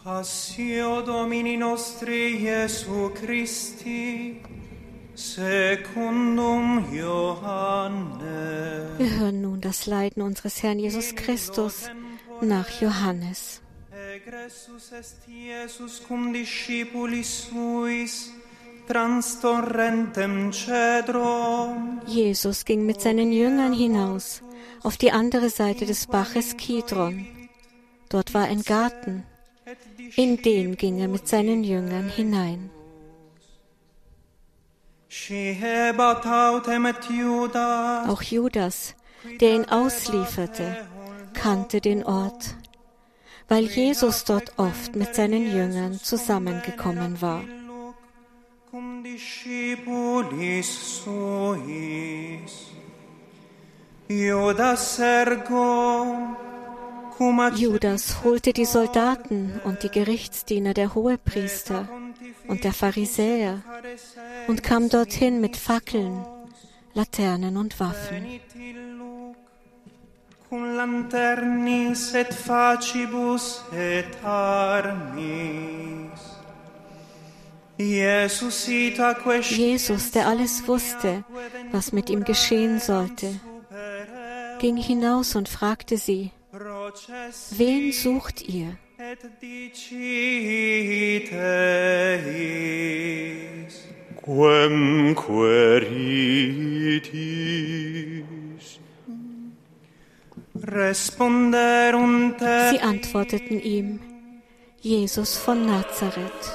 Passio Domini nostri Jesu Christi, secundum Johannes. Wir hören nun das Leiden unseres Herrn Jesus Christus nach Johannes. Egressus est Iesus cum discipulis suis, trans torrentem Cedron. Jesus ging mit seinen Jüngern hinaus auf die andere Seite des Baches Kidron. Dort war ein Garten, in den ging er mit seinen Jüngern hinein. Auch Judas, der ihn auslieferte, kannte den Ort, weil Jesus dort oft mit seinen Jüngern zusammengekommen war. Judas holte die Soldaten und die Gerichtsdiener der Hohepriester und der Pharisäer und kam dorthin mit Fackeln, Laternen und Waffen. Jesus, der alles wusste, was mit ihm geschehen sollte, ging hinaus und fragte sie: Wen sucht ihr? Quem queritis? Sie antworteten ihm: Jesus von Nazareth.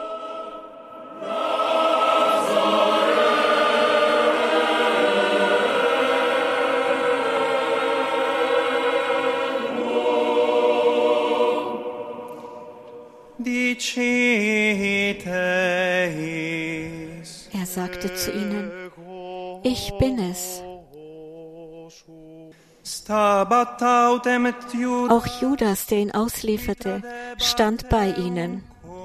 Er sagte zu ihnen: Ich bin es. Auch Judas, der ihn auslieferte, stand bei ihnen.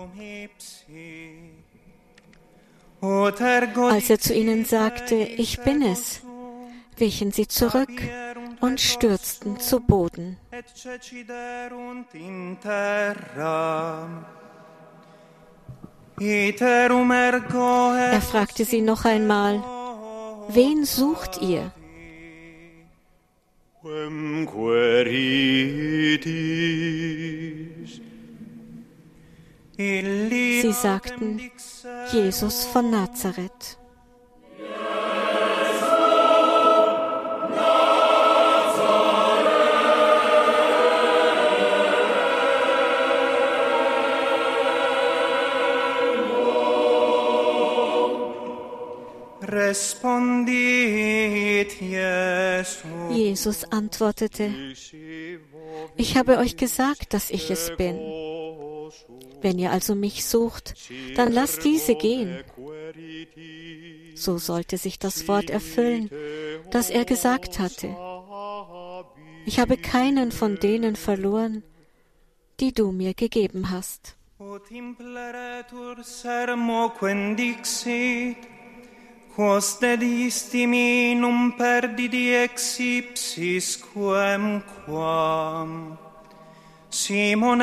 Als er zu ihnen sagte: Ich bin es, wichen sie zurück und stürzten zu Boden. Er fragte sie noch einmal: Wen sucht ihr? Sie sagten: Jesus von Nazareth. Jesus antwortete: Ich habe euch gesagt, dass ich es bin. Wenn ihr also mich sucht, dann lasst diese gehen. So sollte sich das Wort erfüllen, das er gesagt hatte: Ich habe keinen von denen verloren, die du mir gegeben hast. Quos dedisti mi num perdidi ex ipsis quemquam. Simon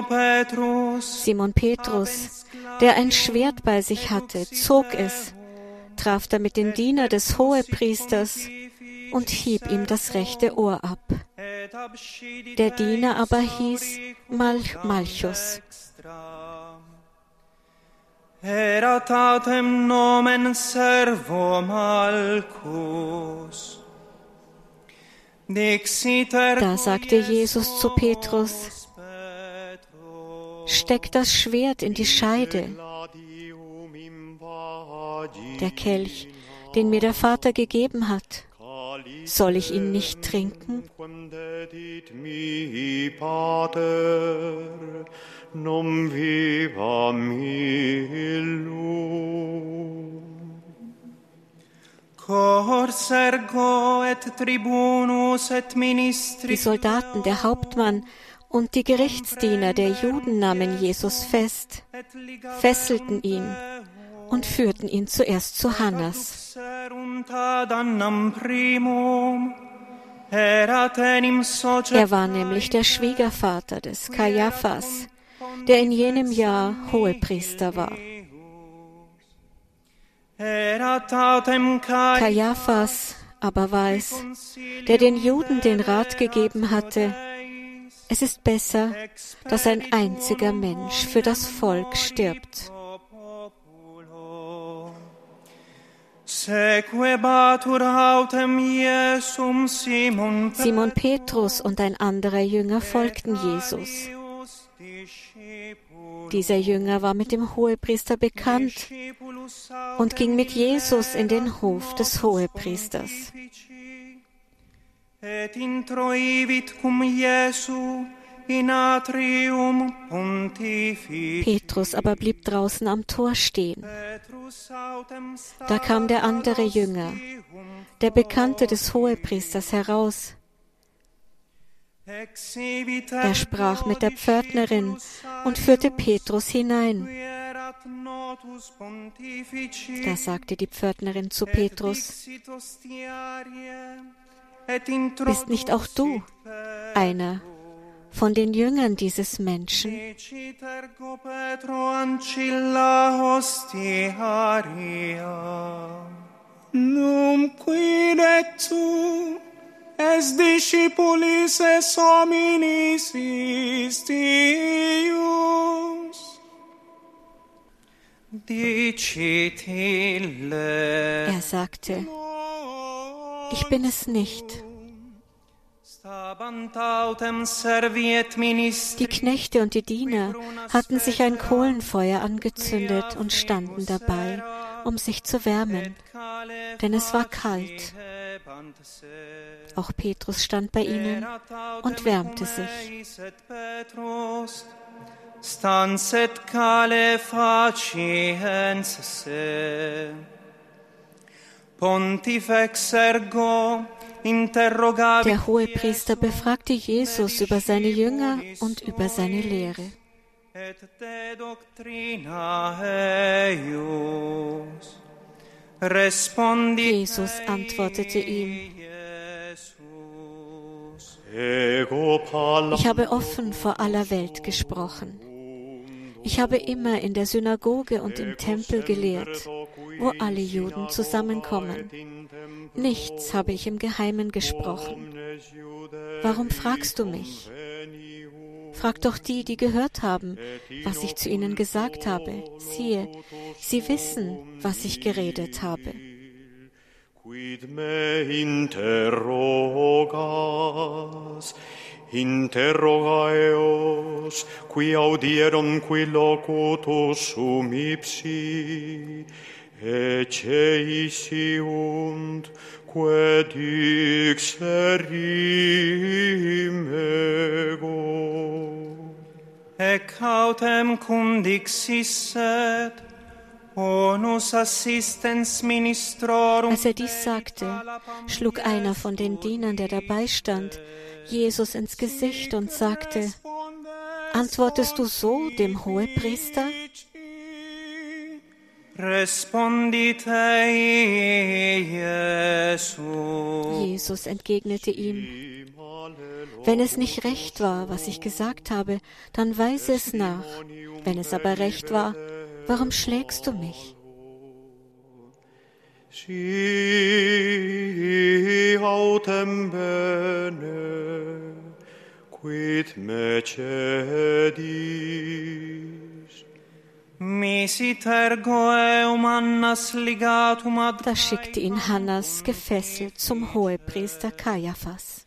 Petrus, der ein Schwert bei sich hatte, zog es, traf damit den Diener des Hohepriesters und hieb ihm das rechte Ohr ab. Der Diener aber hieß Malchus. Eratatem nomen servo Malchus. Da sagte Jesus zu Petrus: Steck das Schwert in die Scheide. Der Kelch, den mir der Vater gegeben hat, soll ich ihn nicht trinken? Non viva illum. Corsergo et tribunus et ministri. Die Soldaten, der Hauptmann und die Gerichtsdiener der Juden nahmen Jesus fest, fesselten ihn und führten ihn zuerst zu Hannas. Er war nämlich der Schwiegervater des Kajaphas, der in jenem Jahr Hohepriester war. Kajaphas aber war es, der den Juden den Rat gegeben hatte: Es ist besser, dass ein einziger Mensch für das Volk stirbt. Simon Petrus und ein anderer Jünger folgten Jesus. Dieser Jünger war mit dem Hohepriester bekannt und ging mit Jesus in den Hof des Hohepriesters. Petrus aber blieb draußen am Tor stehen. Da kam der andere Jünger, der Bekannte des Hohepriesters, heraus. Er sprach mit der Pförtnerin und führte Petrus hinein. Da sagte die Pförtnerin zu Petrus: Bist nicht auch du einer von den Jüngern dieses Menschen? Num quid tu es discipulis es hominis istius. Er sagte: Ich bin es nicht. Die Knechte und die Diener hatten sich ein Kohlenfeuer angezündet und standen dabei, um sich zu wärmen, denn es war kalt. Auch Petrus stand bei ihnen und wärmte sich. Der Hohepriester befragte Jesus über seine Jünger und über seine Lehre. Jesus antwortete ihm: Ich habe offen vor aller Welt gesprochen. Ich habe immer in der Synagoge und im Tempel gelehrt, wo alle Juden zusammenkommen. Nichts habe ich im Geheimen gesprochen. Warum fragst du mich? Frag doch die, die gehört haben, was ich zu ihnen gesagt habe. Siehe, sie wissen, was ich geredet habe. Quid me interrogas? Interroga eos, qui audieron qui locutus sum ipsi, ecce isiunt, quae dixerim ego. Ec autem cum dixisset, onus assistens ministrorum. Als er dies sagte, schlug einer von den Dienern, der dabei stand, Jesus ins Gesicht und sagte: Antwortest du so dem Hohepriester? Jesus entgegnete ihm: Wenn es nicht recht war, was ich gesagt habe, dann weise es nach. Wenn es aber recht war, warum schlägst du mich? Si autem bene, quid me cedis? Misit ergo eum Annas ligatum ad. Da schickte ihn Hannas gefesselt zum Hohepriester Kajaphas.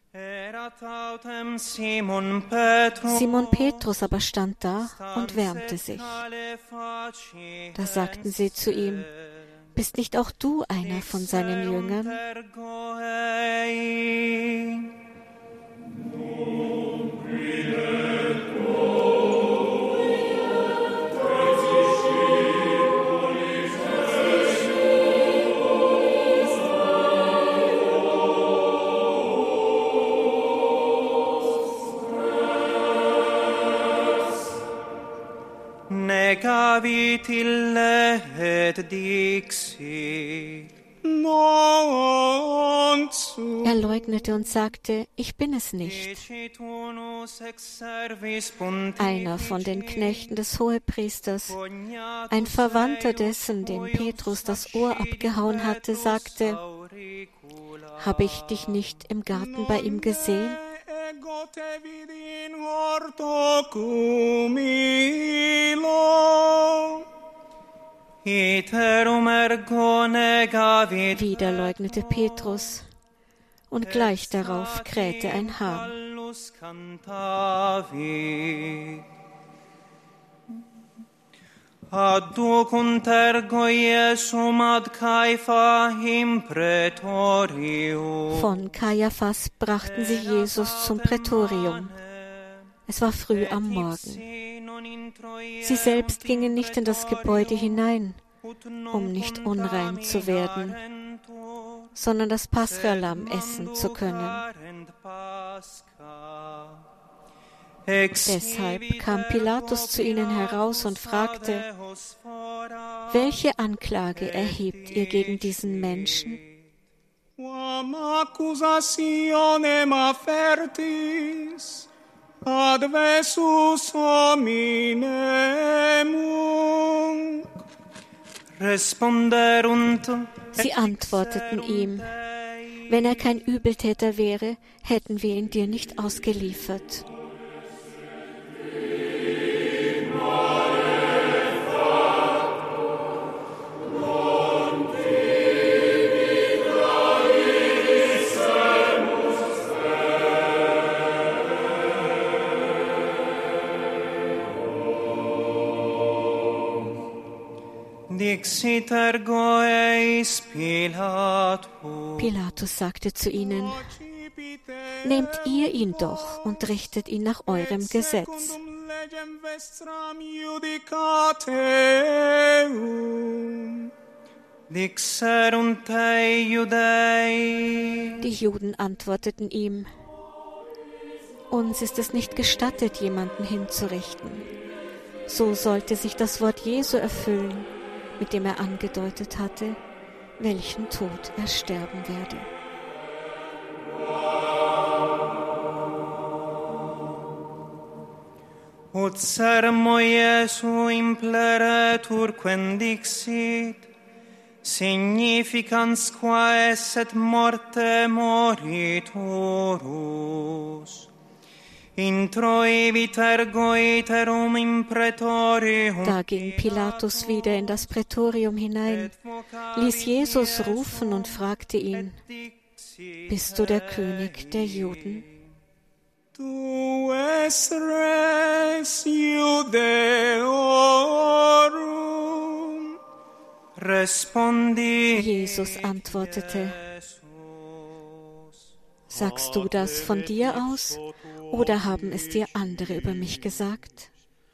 Simon Petrus aber stand da und wärmte sich. Da sagten sie zu ihm: Bist nicht auch du einer von seinen Jüngern? Negavit ille et dixit: Er leugnete und sagte, ich bin es nicht. Einer von den Knechten des Hohepriesters, ein Verwandter dessen, dem Petrus das Ohr abgehauen hatte, sagte, habe ich dich nicht im Garten bei ihm gesehen? Wieder leugnete Petrus, und gleich darauf krähte ein Hahn. Von Kaiaphas brachten sie Jesus zum Prätorium. Es war früh am Morgen. Sie selbst gingen nicht in das Gebäude hinein, um nicht unrein zu werden, sondern das Paschalamm essen zu können. Deshalb kam Pilatus zu ihnen heraus und fragte, welche Anklage erhebt ihr gegen diesen Menschen? Adversus hominem. Sie antworteten ihm, wenn er kein Übeltäter wäre, hätten wir ihn dir nicht ausgeliefert. Pilatus sagte zu ihnen, nehmt ihr ihn doch und richtet ihn nach eurem Gesetz. Die Juden antworteten ihm, uns ist es nicht gestattet, jemanden hinzurichten. So sollte sich das Wort Jesu erfüllen, mit dem er angedeutet hatte, welchen Tod er sterben werde. Ut sermo Iesu impleretur quendixit, significans qua esset morte moriturus. Da ging Pilatus wieder in das Prätorium hinein, ließ Jesus rufen und fragte ihn, bist du der König der Juden? Tu es res Judeorum. Jesus antwortete, sagst du das von dir aus, oder haben es dir andere über mich gesagt?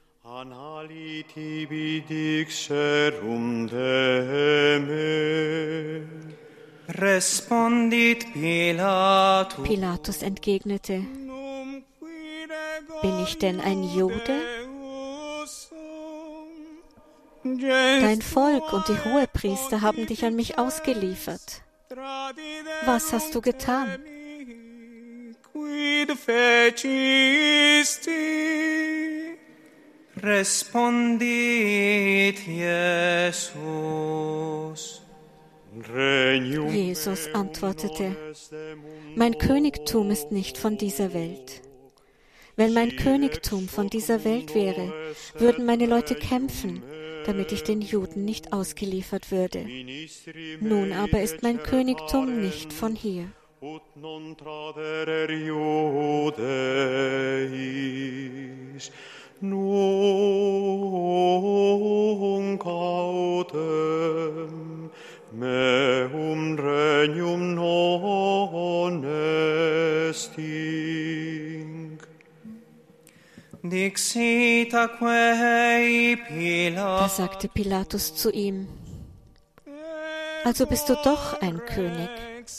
Pilatus entgegnete, bin ich denn ein Jude? Dein Volk und die Hohepriester haben dich an mich ausgeliefert. Was hast du getan? Jesus antwortete, mein Königtum ist nicht von dieser Welt. Wenn mein Königtum von dieser Welt wäre, würden meine Leute kämpfen, damit ich den Juden nicht ausgeliefert würde. Nun aber ist mein Königtum nicht von hier. Ut non traderer Iudeis, nunc autem meum regnum non estinc. Da sagte Pilatus zu ihm, also bist du doch ein König.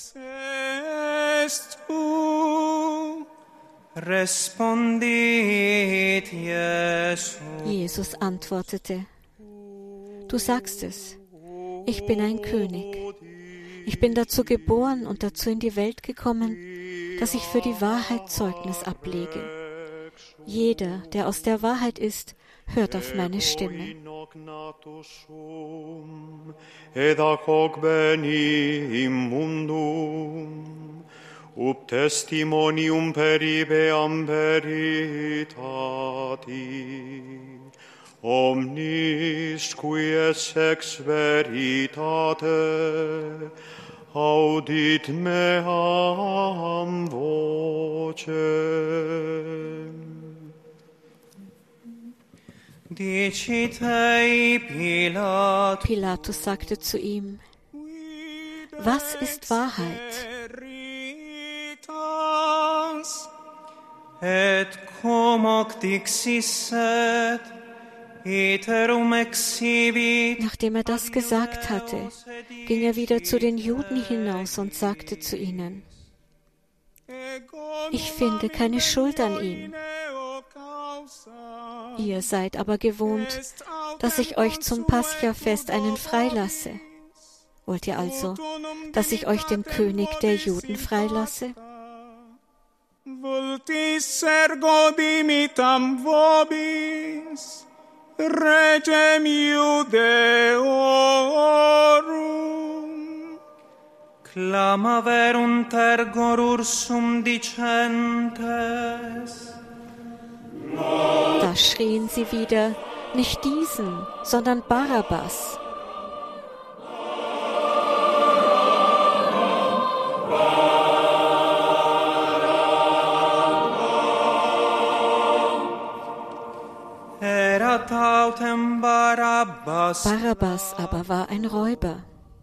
Jesus antwortete, du sagst es, ich bin ein König. Ich bin dazu geboren und dazu in die Welt gekommen, dass ich für die Wahrheit Zeugnis ablege. Jeder, der aus der Wahrheit ist, hört auf meine Stimme. Ut testimonium peribeam veritati, omnis qui es ex veritate, audit meam vocem. Dicitei Pilatus, Pilatus sagte zu ihm, was ist Wahrheit? Et cum hoc dixisset, iterum exhibit. Nachdem er das gesagt hatte, ging er wieder zu den Juden hinaus und sagte zu ihnen, ich finde keine Schuld an ihm. Ihr seid aber gewohnt, dass ich euch zum Paschafest einen freilasse. Wollt ihr also, dass ich euch den König der Juden freilasse? Vultis ergo dimitam vobis, regem Iudeorum. Clamaverunt ergo ursum dicentes. Da schrien sie wieder, nicht diesen, sondern Barabbas. Barabbas aber war ein Räuber.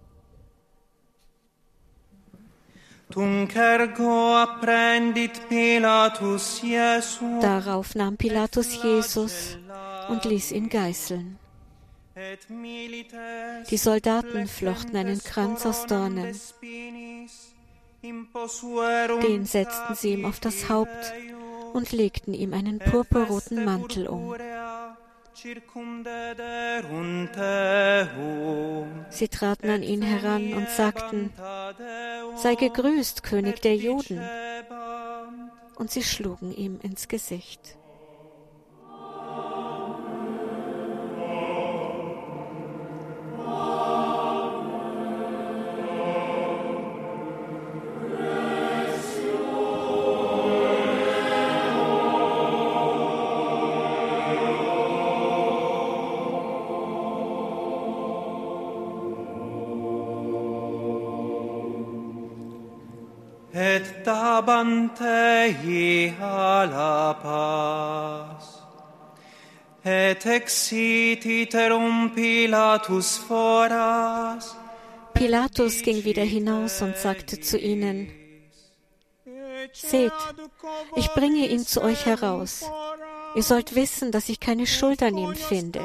Darauf nahm Pilatus Jesus und ließ ihn geißeln. Die Soldaten flochten einen Kranz aus Dornen. Den setzten sie ihm auf das Haupt und legten ihm einen purpurroten Mantel um. Sie traten an ihn heran und sagten, sei gegrüßt, König der Juden. Und sie schlugen ihm ins Gesicht. Et dabantei alla paz, et exit iterum Pilatus foras. Pilatus ging wieder hinaus und sagte zu ihnen, seht, ich bringe ihn zu euch heraus. Ihr sollt wissen, dass ich keine Schuld an ihm finde.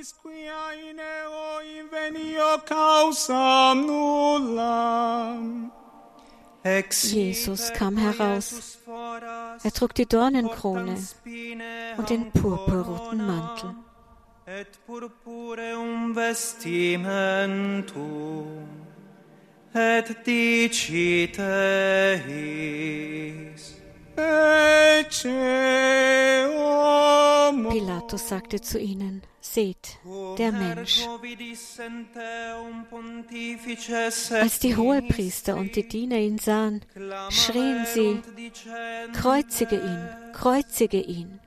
Jesus kam heraus. Er trug die Dornenkrone und den purpurroten Mantel. Et purpureum vestimentum, et diciteis, ecce homo. Pilatus sagte zu ihnen, seht, der Mensch. Als die Hohepriester und die Diener ihn sahen, schrien sie, kreuzige ihn, kreuzige ihn.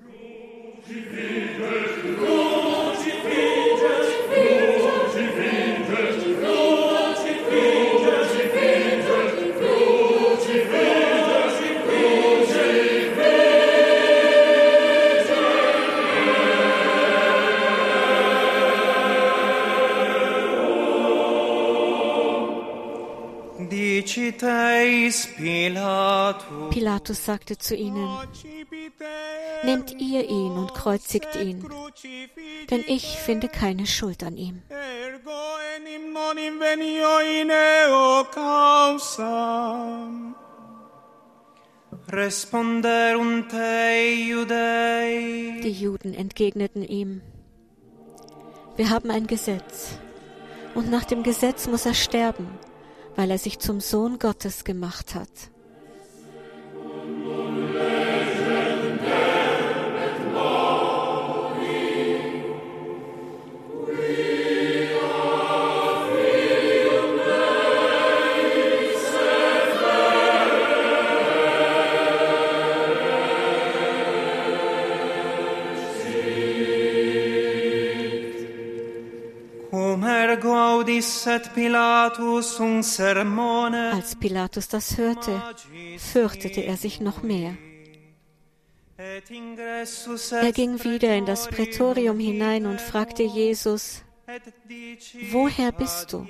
Pilatus sagte zu ihnen, nehmt ihr ihn und kreuzigt ihn, denn ich finde keine Schuld an ihm. Die Juden entgegneten ihm, wir haben ein Gesetz, und nach dem Gesetz muss er sterben, weil er sich zum Sohn Gottes gemacht hat. Als Pilatus das hörte, fürchtete er sich noch mehr. Er ging wieder in das Prätorium hinein und fragte Jesus: Woher bist du?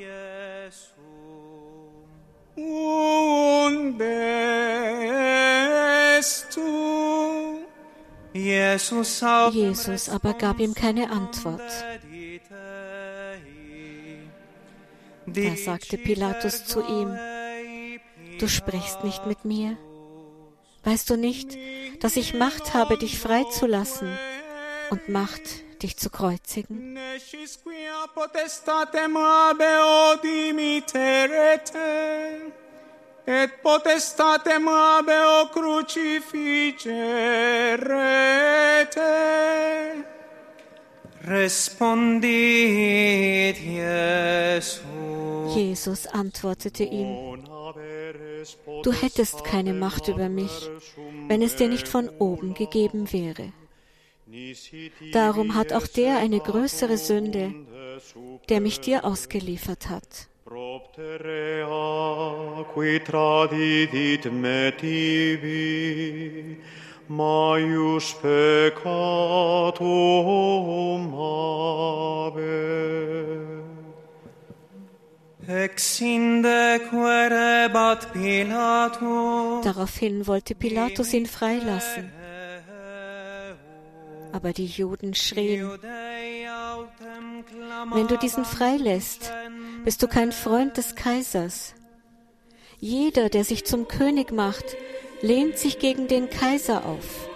Jesus aber gab ihm keine Antwort. Da sagte Pilatus zu ihm: Du sprichst nicht mit mir? Weißt du nicht, dass ich Macht habe, dich freizulassen und Macht, dich zu kreuzigen? Et potestatem habeo crucificerete. Respondit Jesus. Jesus antwortete ihm: Du hättest keine Macht über mich, wenn es dir nicht von oben gegeben wäre. Darum hat auch der eine größere Sünde, der mich dir ausgeliefert hat. Propterea qui tradidit me tibi, maius peccatum habe. Exinde querebat Pilatus. Daraufhin wollte Pilatus ihn freilassen. Aber die Juden schrien: Wenn du diesen freilässt, bist du kein Freund des Kaisers. Jeder, der sich zum König macht, lehnt sich gegen den Kaiser auf.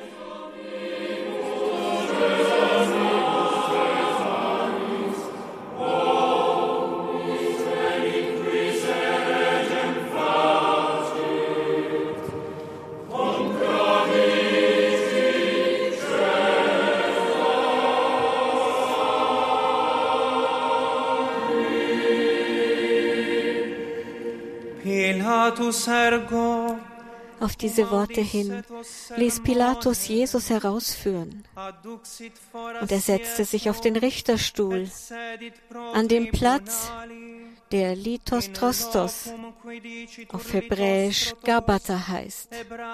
Auf diese Worte hin ließ Pilatus Jesus herausführen, und er setzte sich auf den Richterstuhl, an dem Platz, der Lithos-Trostos, auf Hebräisch Gabbatha heißt.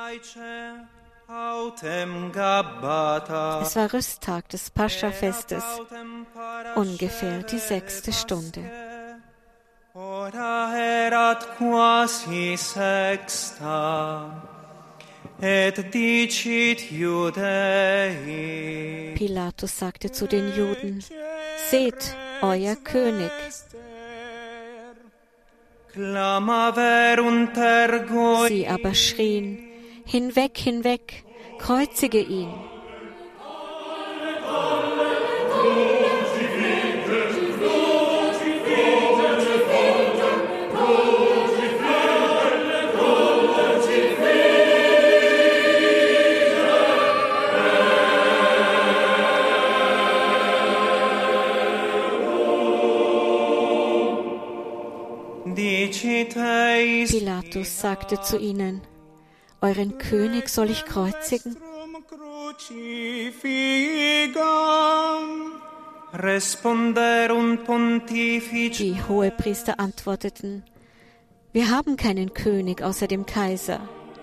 Es war Rüsttag des Pascha-Festes, ungefähr die 6. Stunde. Ora erat quasi sexta, et dicit Judei. Pilatus sagte zu den Juden: Seht, euer König. Sie aber schrien: Hinweg, hinweg, kreuzige ihn. Pilatus sagte zu ihnen: Euren König soll ich kreuzigen? Die Hohepriester antworteten: Wir haben keinen König außer dem Kaiser.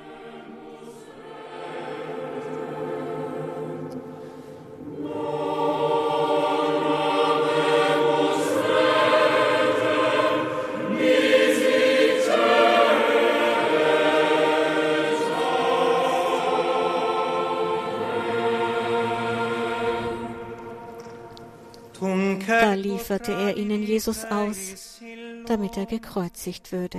Da lieferte er ihnen Jesus aus, damit er gekreuzigt würde.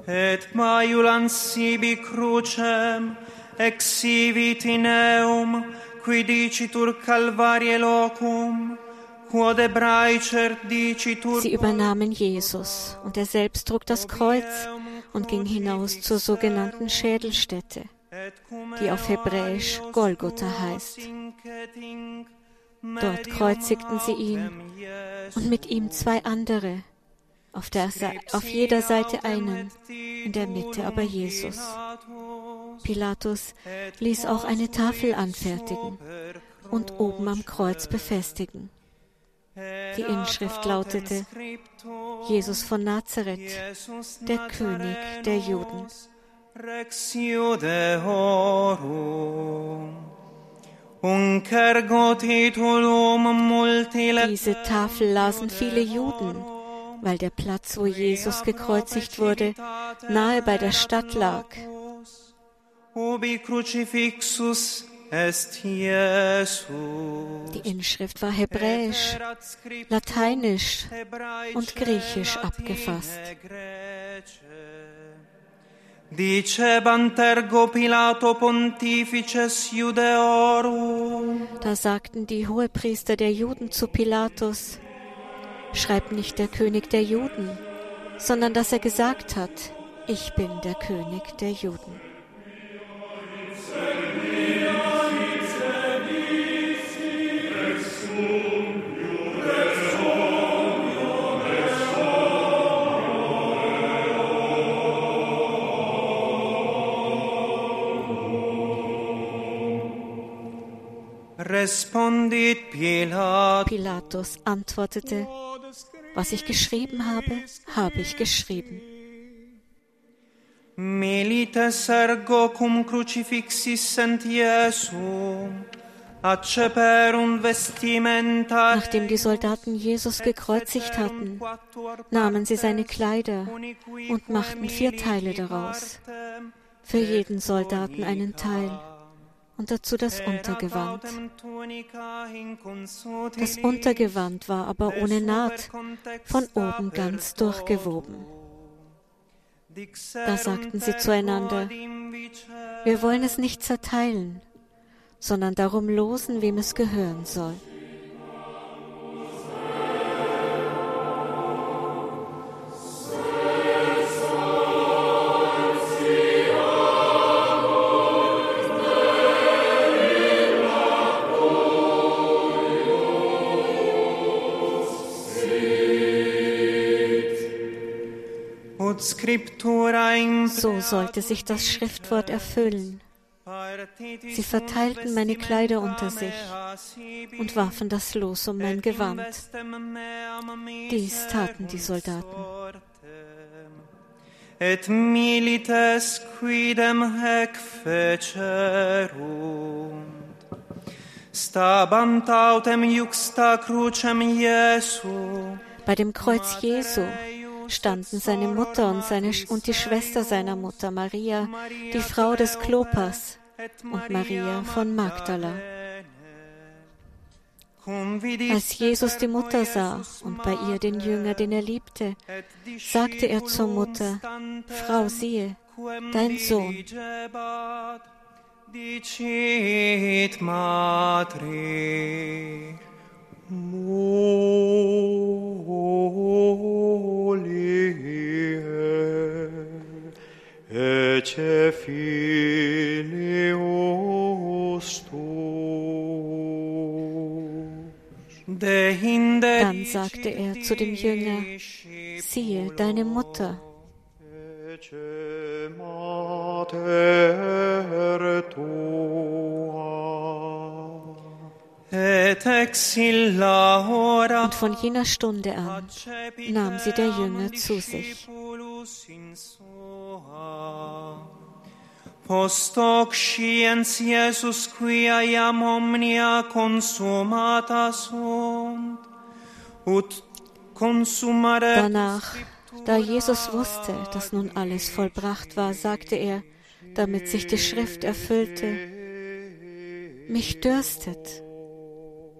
et maiulam sibi crucem exhibit in eum, qui dicitur Calvarie locum, quod Hebraicer dicitur. Sie übernahmen Jesus, und er selbst trug das Kreuz und ging hinaus zur sogenannten Schädelstätte, die auf Hebräisch Golgotha heißt. Dort kreuzigten sie ihn und mit ihm 2 andere, auf jeder Seite einen, in der Mitte aber Jesus. Pilatus ließ auch eine Tafel anfertigen und oben am Kreuz befestigen. Die Inschrift lautete: Jesus von Nazareth, der König der Juden. Diese Tafel lasen viele Juden, weil der Platz, wo Jesus gekreuzigt wurde, nahe bei der Stadt lag. Die Inschrift war hebräisch, lateinisch und griechisch abgefasst. Da sagten die Hohepriester der Juden zu Pilatus: Schreibt nicht der König der Juden, sondern dass er gesagt hat: Ich bin der König der Juden. Pilatus antwortete: Was ich geschrieben habe, habe ich geschrieben. Milites ergo cum crucifixis sent Iesum, acceperunt vestimenta. Nachdem die Soldaten Jesus gekreuzigt hatten, nahmen sie seine Kleider und machten 4 Teile daraus, für jeden Soldaten einen Teil, und dazu das Untergewand. Das Untergewand war aber ohne Naht, von oben ganz durchgewoben. Da sagten sie zueinander: Wir wollen es nicht zerteilen, sondern darum losen, wem es gehören soll. So sollte sich das Schriftwort erfüllen. Sie verteilten meine Kleider unter sich und warfen das Los um mein Gewand. Dies taten die Soldaten. Et milites quidem haec fecerunt, stabant autem iuxta crucem Iesu. Bei dem Kreuz Jesu standen seine Mutter und die Schwester seiner Mutter, Maria, die Frau des Klopas, und Maria von Magdala. Als Jesus die Mutter sah und bei ihr den Jünger, den er liebte, sagte er zur Mutter: Frau, siehe, dein Sohn. Dicit matri. Ecce filius tuus. Dann sagte er zu dem Jünger: Siehe, deine Mutter. Ecce mater tua. Und von jener Stunde an nahm sie der Jünger zu sich. Post hoc sciens Iesus quia iam omnia consumata sunt, ut consumare. Danach, da Jesus wusste, dass nun alles vollbracht war, sagte er, damit sich die Schrift erfüllte: Mich dürstet.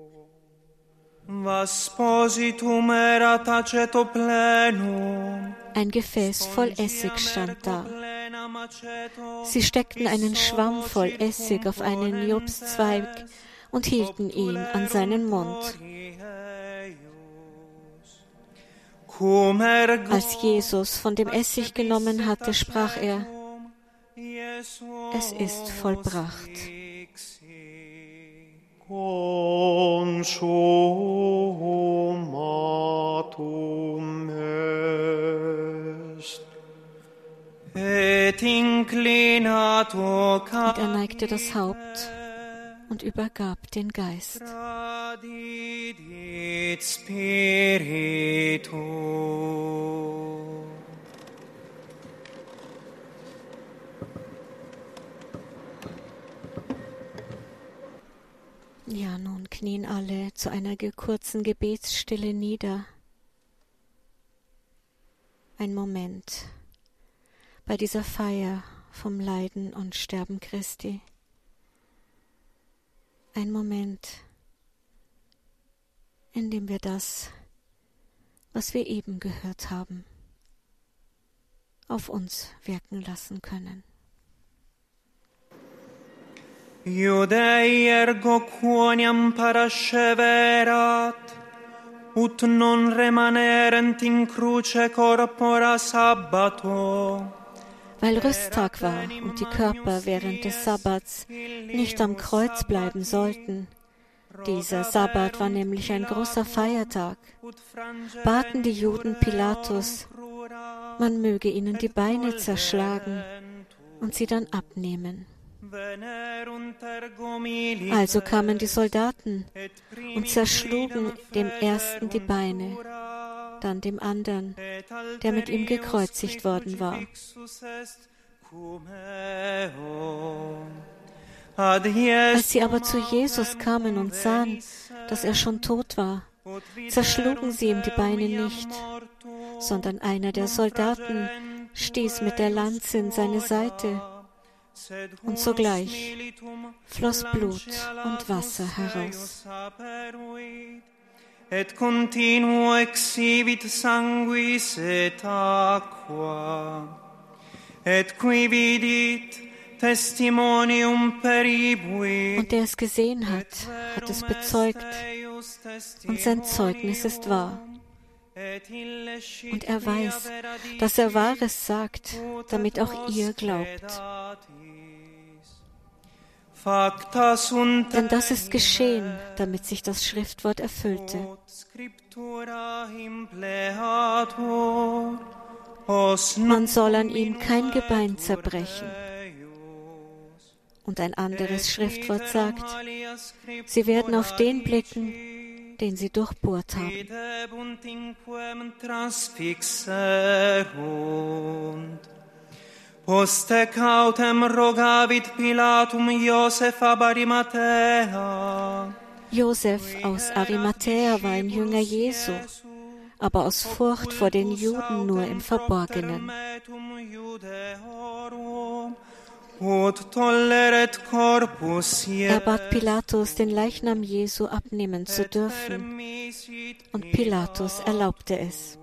Was positum erat aceto plenum, Ein Gefäß voll Essig stand da. Sie steckten einen Schwamm voll Essig auf einen Jobszweig und hielten ihn an seinen Mund. Als Jesus von dem Essig genommen hatte, sprach er: Es ist vollbracht. Consumatum est. Und er neigte das Haupt und übergab den Geist. Tradidit Spiritu. Ja, nun knien alle zu einer kurzen Gebetsstille nieder. Ein Moment bei dieser Feier vom Leiden und Sterben Christi. Ein Moment, in dem wir das, was wir eben gehört haben, auf uns wirken lassen können. Iudei ergo quoniam parasceverat, ut non remanerent in cruce corpora sabbato. Weil Rüsttag war und die Körper während des Sabbats nicht am Kreuz bleiben sollten, dieser Sabbat war nämlich ein großer Feiertag, baten die Juden Pilatus, man möge ihnen die Beine zerschlagen und sie dann abnehmen. Also kamen die Soldaten und zerschlugen dem ersten die Beine, dann dem anderen, der mit ihm gekreuzigt worden war. Als sie aber zu Jesus kamen und sahen, dass er schon tot war, zerschlugen sie ihm die Beine nicht, sondern einer der Soldaten stieß mit der Lanze in seine Seite, und sogleich floss Blut und Wasser heraus. Et continuo exhibit sanguis et aqua, et qui vidit testimonium peribui. Und der es gesehen hat, hat es bezeugt, und sein Zeugnis ist wahr. Und er weiß, dass er Wahres sagt, damit auch ihr glaubt. Denn das ist geschehen, damit sich das Schriftwort erfüllte. Man soll an ihm kein Gebein zerbrechen. Und ein anderes Schriftwort sagt, sie werden auf den blicken, den sie durchbohrt haben. Poste cautem rogavit Pilatum Joseph ab Arimathea. Joseph aus Arimathäa war ein Jünger Jesu, aber aus Furcht vor den Juden nur im Verborgenen. Er bat Pilatus, den Leichnam Jesu abnehmen zu dürfen, und Pilatus erlaubte es.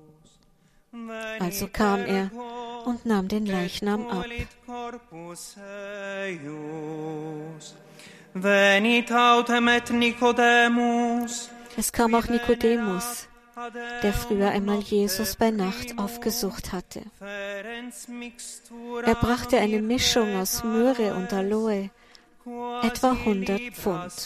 Also kam er und nahm den Leichnam ab. Es kam auch Nikodemus, der früher einmal Jesus bei Nacht aufgesucht hatte. Er brachte eine Mischung aus Myrrhe und Aloe, etwa 100 Pfund.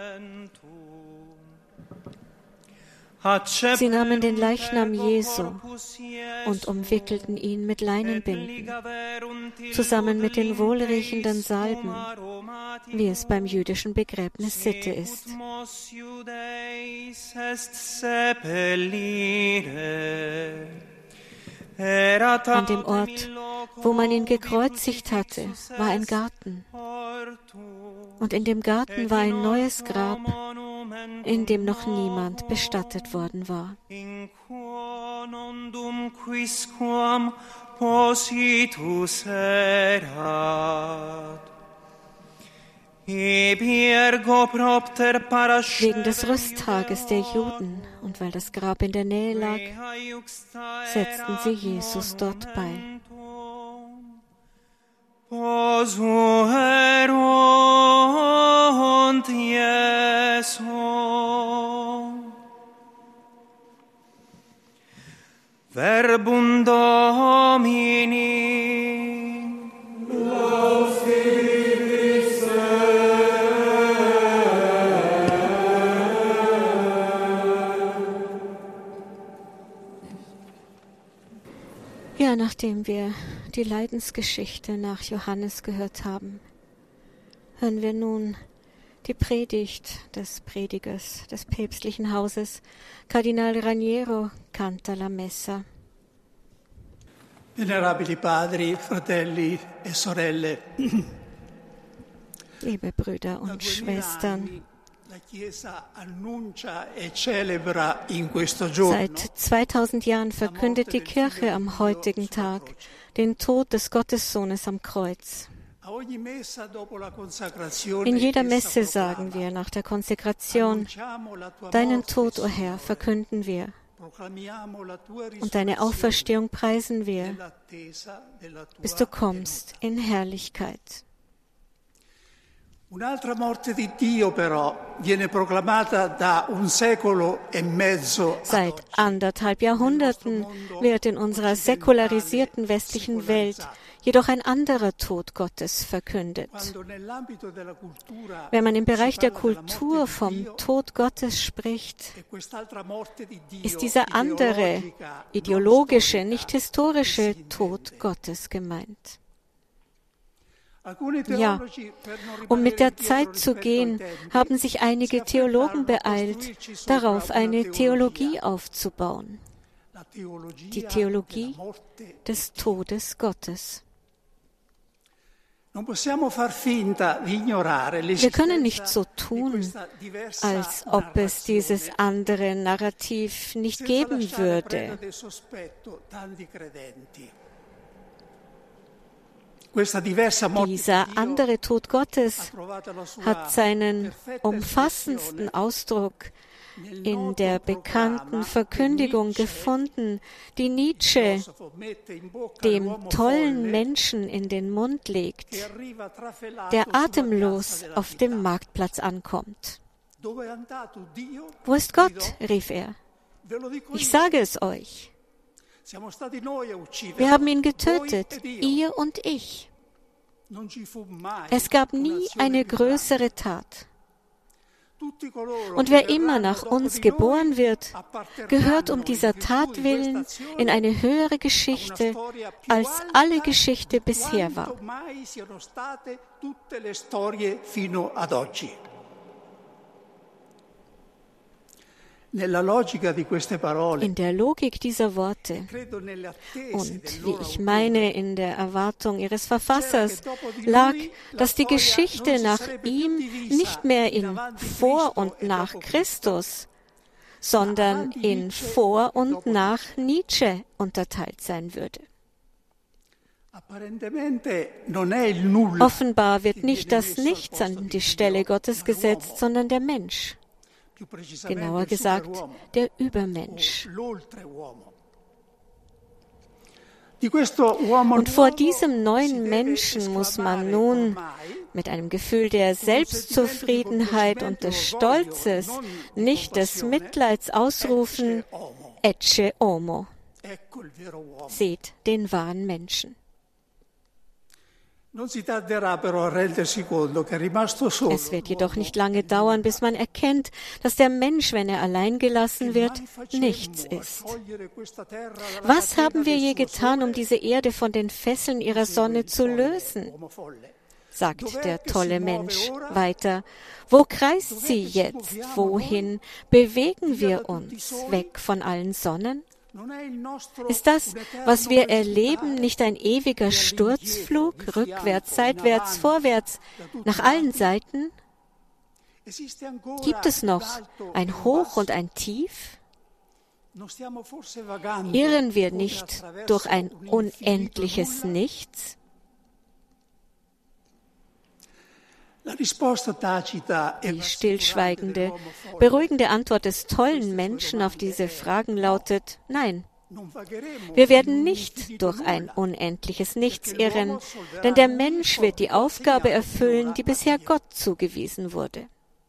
Sie nahmen den Leichnam Jesu und umwickelten ihn mit Leinenbinden, zusammen mit den wohlriechenden Salben, wie es beim jüdischen Begräbnis Sitte ist. An dem Ort, wo man ihn gekreuzigt hatte, war ein Garten. Und in dem Garten war ein neues Grab, in dem noch niemand bestattet worden war. Wegen des Rüsttages der Juden und weil das Grab in der Nähe lag, setzten sie Jesus dort bei. Verbum Domini. Ja, nachdem wir die Leidensgeschichte nach Johannes gehört haben, hören wir nun die Predigt des Predigers des päpstlichen Hauses, Kardinal Raniero canta la Messa. Venerabili Padri, Fratelli e Sorelle. Liebe Brüder und Schwestern, seit 2000 Jahren verkündet die Kirche am heutigen Tag den Tod des Gottessohnes am Kreuz. In jeder Messe sagen wir nach der Konsekration: Deinen Tod, o Herr, verkünden wir, und deine Auferstehung preisen wir, bis du kommst in Herrlichkeit. Un'altra morte di Dio però viene proclamata da un secolo e mezzo. Seit 1,5 Jahrhunderten wird in unserer säkularisierten westlichen Welt jedoch ein anderer Tod Gottes verkündet. Wenn man im Bereich der Kultur vom Tod Gottes spricht, ist dieser andere, ideologische, nicht historische Tod Gottes gemeint. Ja, um mit der Zeit zu gehen, haben sich einige Theologen beeilt, darauf eine Theologie aufzubauen. Die Theologie des Todes Gottes. Wir können nicht so tun, als ob es dieses andere Narrativ nicht geben würde. Dieser andere Tod Gottes hat seinen umfassendsten Ausdruck in der bekannten Verkündigung gefunden, die Nietzsche dem tollen Menschen in den Mund legt, der atemlos auf dem Marktplatz ankommt. Wo ist Gott? Rief er. Ich sage es euch. Wir haben ihn getötet, ihr und ich. Es gab nie eine größere Tat. Und wer immer nach uns geboren wird, gehört um dieser Tat willen in eine höhere Geschichte, als alle Geschichte bisher war. In der Logik dieser Worte und, wie ich meine, in der Erwartung ihres Verfassers lag, dass die Geschichte nach ihm nicht mehr in vor und nach Christus, sondern in vor und nach Nietzsche unterteilt sein würde. Offenbar wird nicht das Nichts an die Stelle Gottes gesetzt, sondern der Mensch. Genauer gesagt, der Übermensch. Und vor diesem neuen Menschen muss man nun mit einem Gefühl der Selbstzufriedenheit und des Stolzes, nicht des Mitleids ausrufen: Ecce homo. Seht den wahren Menschen. Es wird jedoch nicht lange dauern, bis man erkennt, dass der Mensch, wenn er allein gelassen wird, nichts ist. Was haben wir je getan, um diese Erde von den Fesseln ihrer Sonne zu lösen? Sagt der tolle Mensch weiter. Wo kreist sie jetzt? Wohin bewegen wir uns? Weg von allen Sonnen? Ist das, was wir erleben, nicht ein ewiger Sturzflug, rückwärts, seitwärts, vorwärts, nach allen Seiten? Gibt es noch ein Hoch und ein Tief? Irren wir nicht durch ein unendliches Nichts? Die stillschweigende, beruhigende Antwort des tollen Menschen auf diese Fragen lautet: Nein. Wir werden nicht durch ein unendliches Nichts irren, denn der Mensch wird die Aufgabe erfüllen, die bisher Gott zugewiesen wurde.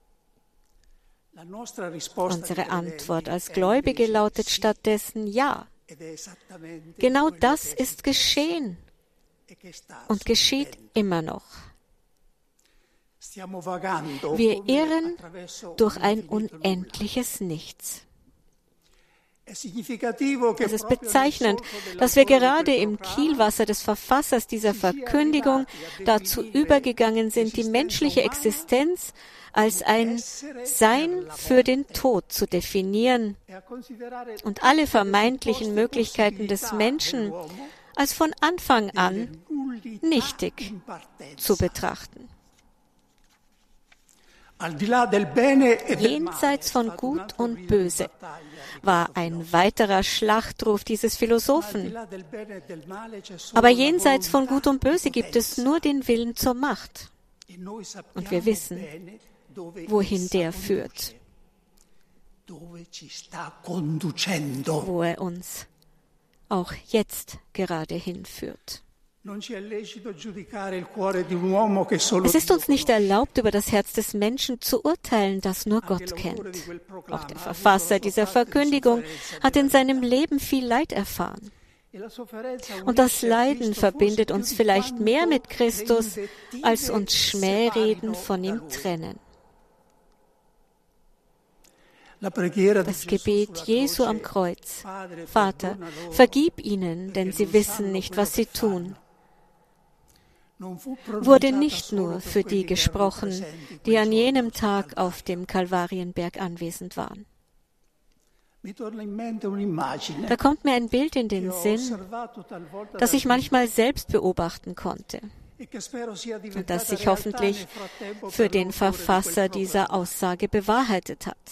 Unsere Antwort als Gläubige lautet stattdessen Ja. Genau das ist geschehen und geschieht immer noch. Wir irren durch ein unendliches Nichts. Es ist bezeichnend, dass wir gerade im Kielwasser des Verfassers dieser Verkündigung dazu übergegangen sind, die menschliche Existenz als ein Sein für den Tod zu definieren und alle vermeintlichen Möglichkeiten des Menschen als von Anfang an nichtig zu betrachten. Jenseits von Gut und Böse war ein weiterer Schlachtruf dieses Philosophen. Aber jenseits von Gut und Böse gibt es nur den Willen zur Macht. Und wir wissen, wohin der führt, wo er uns auch jetzt gerade hinführt. Es ist uns nicht erlaubt, über das Herz des Menschen zu urteilen, das nur Gott kennt. Auch der Verfasser dieser Verkündigung hat in seinem Leben viel Leid erfahren. Und das Leiden verbindet uns vielleicht mehr mit Christus, als uns Schmähreden von ihm trennen. Das Gebet Jesu am Kreuz: Vater, vergib ihnen, denn sie wissen nicht, was sie tun, wurde nicht nur für die gesprochen, die an jenem Tag auf dem Kalvarienberg anwesend waren. Da kommt mir ein Bild in den Sinn, das ich manchmal selbst beobachten konnte und das sich hoffentlich für den Verfasser dieser Aussage bewahrheitet hat.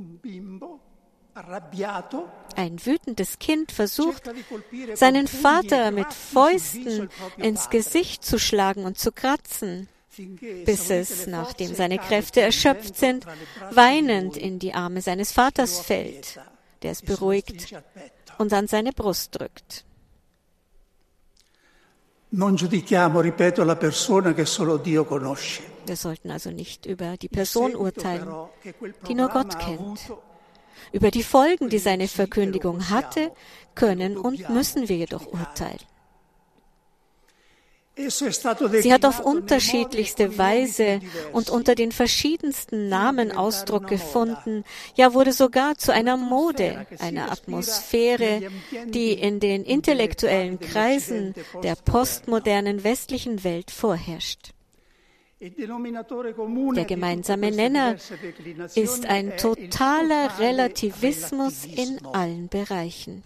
Ein wütendes Kind versucht, seinen Vater mit Fäusten ins Gesicht zu schlagen und zu kratzen, bis es, nachdem seine Kräfte erschöpft sind, weinend in die Arme seines Vaters fällt, der es beruhigt und an seine Brust drückt. Non giudichiamo, ripeto, la persona che solo Dio conosce. Wir sollten also nicht über die Person urteilen, die nur Gott kennt. Über die Folgen, die seine Verkündigung hatte, können und müssen wir jedoch urteilen. Sie hat auf unterschiedlichste Weise und unter den verschiedensten Namen Ausdruck gefunden, ja wurde sogar zu einer Mode, einer Atmosphäre, die in den intellektuellen Kreisen der postmodernen westlichen Welt vorherrscht. Der gemeinsame Nenner ist ein totaler Relativismus in allen Bereichen.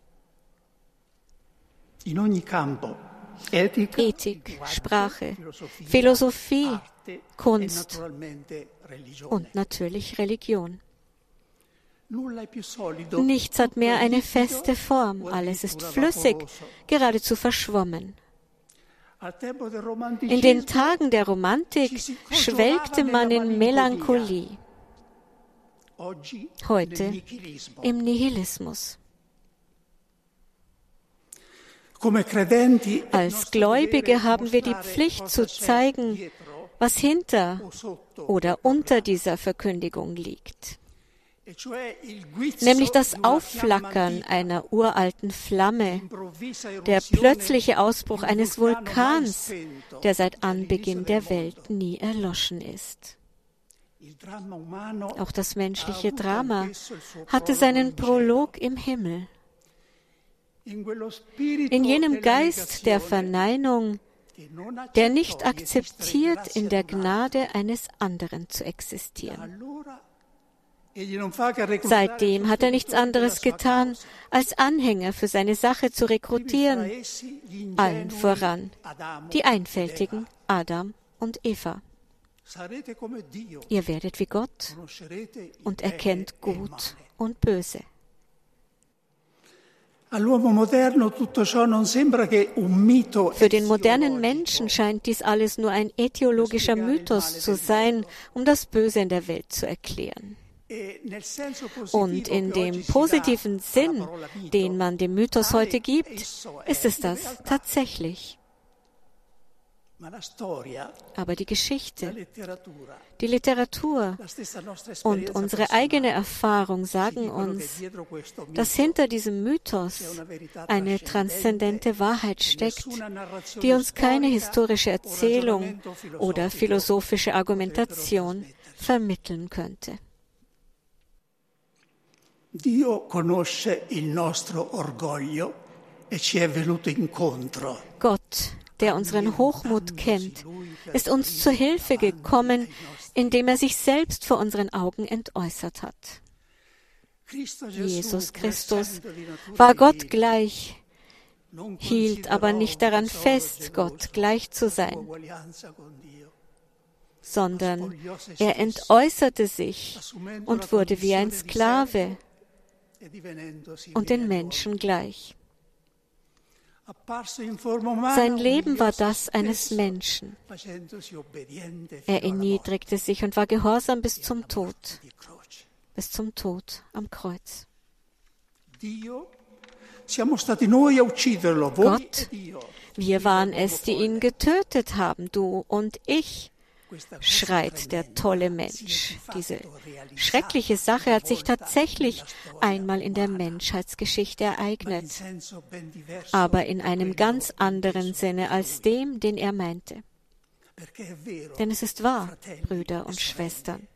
Ethik, Sprache, Philosophie, Kunst und natürlich Religion. Nichts hat mehr eine feste Form, alles ist flüssig, geradezu verschwommen. In den Tagen der Romantik schwelgte man in Melancholie, heute im Nihilismus. Als Gläubige haben wir die Pflicht zu zeigen, was hinter oder unter dieser Verkündigung liegt. Nämlich das Aufflackern einer uralten Flamme, der plötzliche Ausbruch eines Vulkans, der seit Anbeginn der Welt nie erloschen ist. Auch das menschliche Drama hatte seinen Prolog im Himmel. In jenem Geist der Verneinung, der nicht akzeptiert, in der Gnade eines anderen zu existieren. Seitdem hat er nichts anderes getan, als Anhänger für seine Sache zu rekrutieren, allen voran die einfältigen Adam und Eva. Ihr werdet wie Gott und erkennt Gut und Böse. Für den modernen Menschen scheint dies alles nur ein ätiologischer Mythos zu sein, um das Böse in der Welt zu erklären. Und in dem positiven Sinn, den man dem Mythos heute gibt, ist es das tatsächlich. Aber die Geschichte, die Literatur und unsere eigene Erfahrung sagen uns, dass hinter diesem Mythos eine transzendente Wahrheit steckt, die uns keine historische Erzählung oder philosophische Argumentation vermitteln könnte. Dio conosce il nostro orgoglio e ci è venuto incontro. Gott, der unseren Hochmut kennt, ist uns zu Hilfe gekommen, indem er sich selbst vor unseren Augen entäußert hat. Jesus Christus war Gott gleich, hielt aber nicht daran fest, Gott gleich zu sein, sondern er entäußerte sich und wurde wie ein Sklave und den Menschen gleich. Sein Leben war das eines Menschen. Er erniedrigte sich und war gehorsam bis zum Tod am Kreuz. Gott, wir waren es, die ihn getötet haben, du und ich, schreit der tolle Mensch. Diese schreckliche Sache hat sich tatsächlich einmal in der Menschheitsgeschichte ereignet, aber in einem ganz anderen Sinne als dem, den er meinte. Denn es ist wahr, Brüder und Schwestern.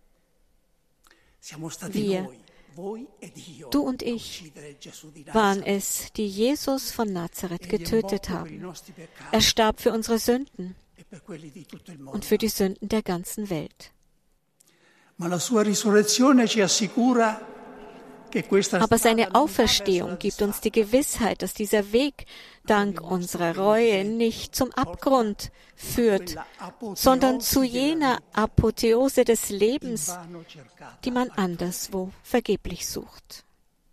Wir, du und ich, waren es, die Jesus von Nazareth getötet haben. Er starb für unsere Sünden und für die Sünden der ganzen Welt. Aber seine Auferstehung gibt uns die Gewissheit, dass dieser Weg dank unserer Reue nicht zum Abgrund führt, sondern zu jener Apotheose des Lebens, die man anderswo vergeblich sucht.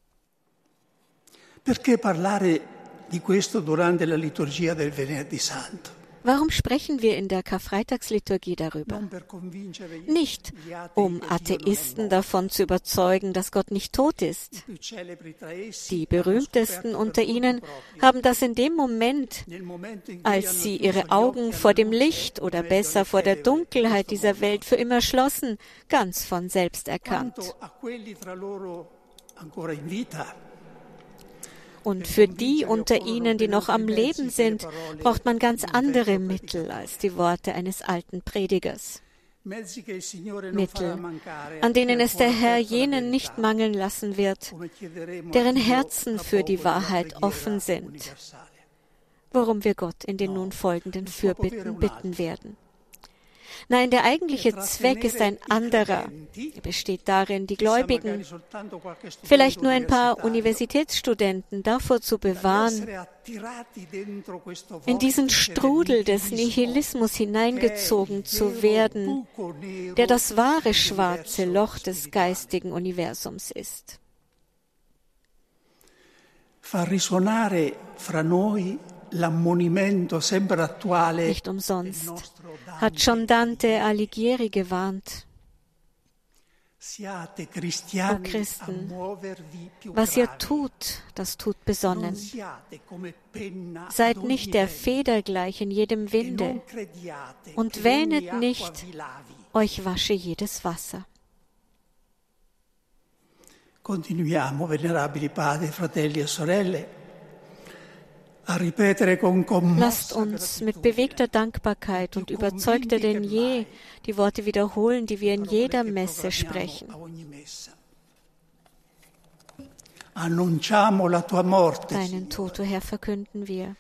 Perché parlare di questo durante la liturgia del Venerdì Santo? Warum sprechen wir in der Karfreitagsliturgie darüber? Nicht, um Atheisten davon zu überzeugen, dass Gott nicht tot ist. Die berühmtesten unter ihnen haben das in dem Moment, als sie ihre Augen vor dem Licht oder besser vor der Dunkelheit dieser Welt für immer schlossen, ganz von selbst erkannt. Und für die unter ihnen, die noch am Leben sind, braucht man ganz andere Mittel als die Worte eines alten Predigers. Mittel, an denen es der Herr jenen nicht mangeln lassen wird, deren Herzen für die Wahrheit offen sind, worum wir Gott in den nun folgenden Fürbitten bitten werden. Nein, der eigentliche Zweck ist ein anderer. Er besteht darin, die Gläubigen, vielleicht nur ein paar Universitätsstudenten, davor zu bewahren, in diesen Strudel des Nihilismus hineingezogen zu werden, der das wahre schwarze Loch des geistigen Universums ist. Far risuonare fra noi Nicht umsonst hat schon Dante Alighieri gewarnt. O Christen, was ihr tut, das tut besonnen. Seid nicht der Feder gleich in jedem Winde und wähnet nicht, euch wasche jedes Wasser. Continuiamo, venerabili Padri, fratelli e sorelle, lasst uns mit bewegter Dankbarkeit und überzeugter denn je die Worte wiederholen, die wir in jeder Messe sprechen. Deinen Tod, o Herr, verkünden wir.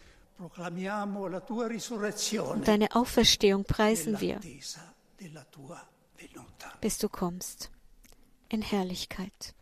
Und deine Auferstehung preisen wir, bis du kommst in Herrlichkeit.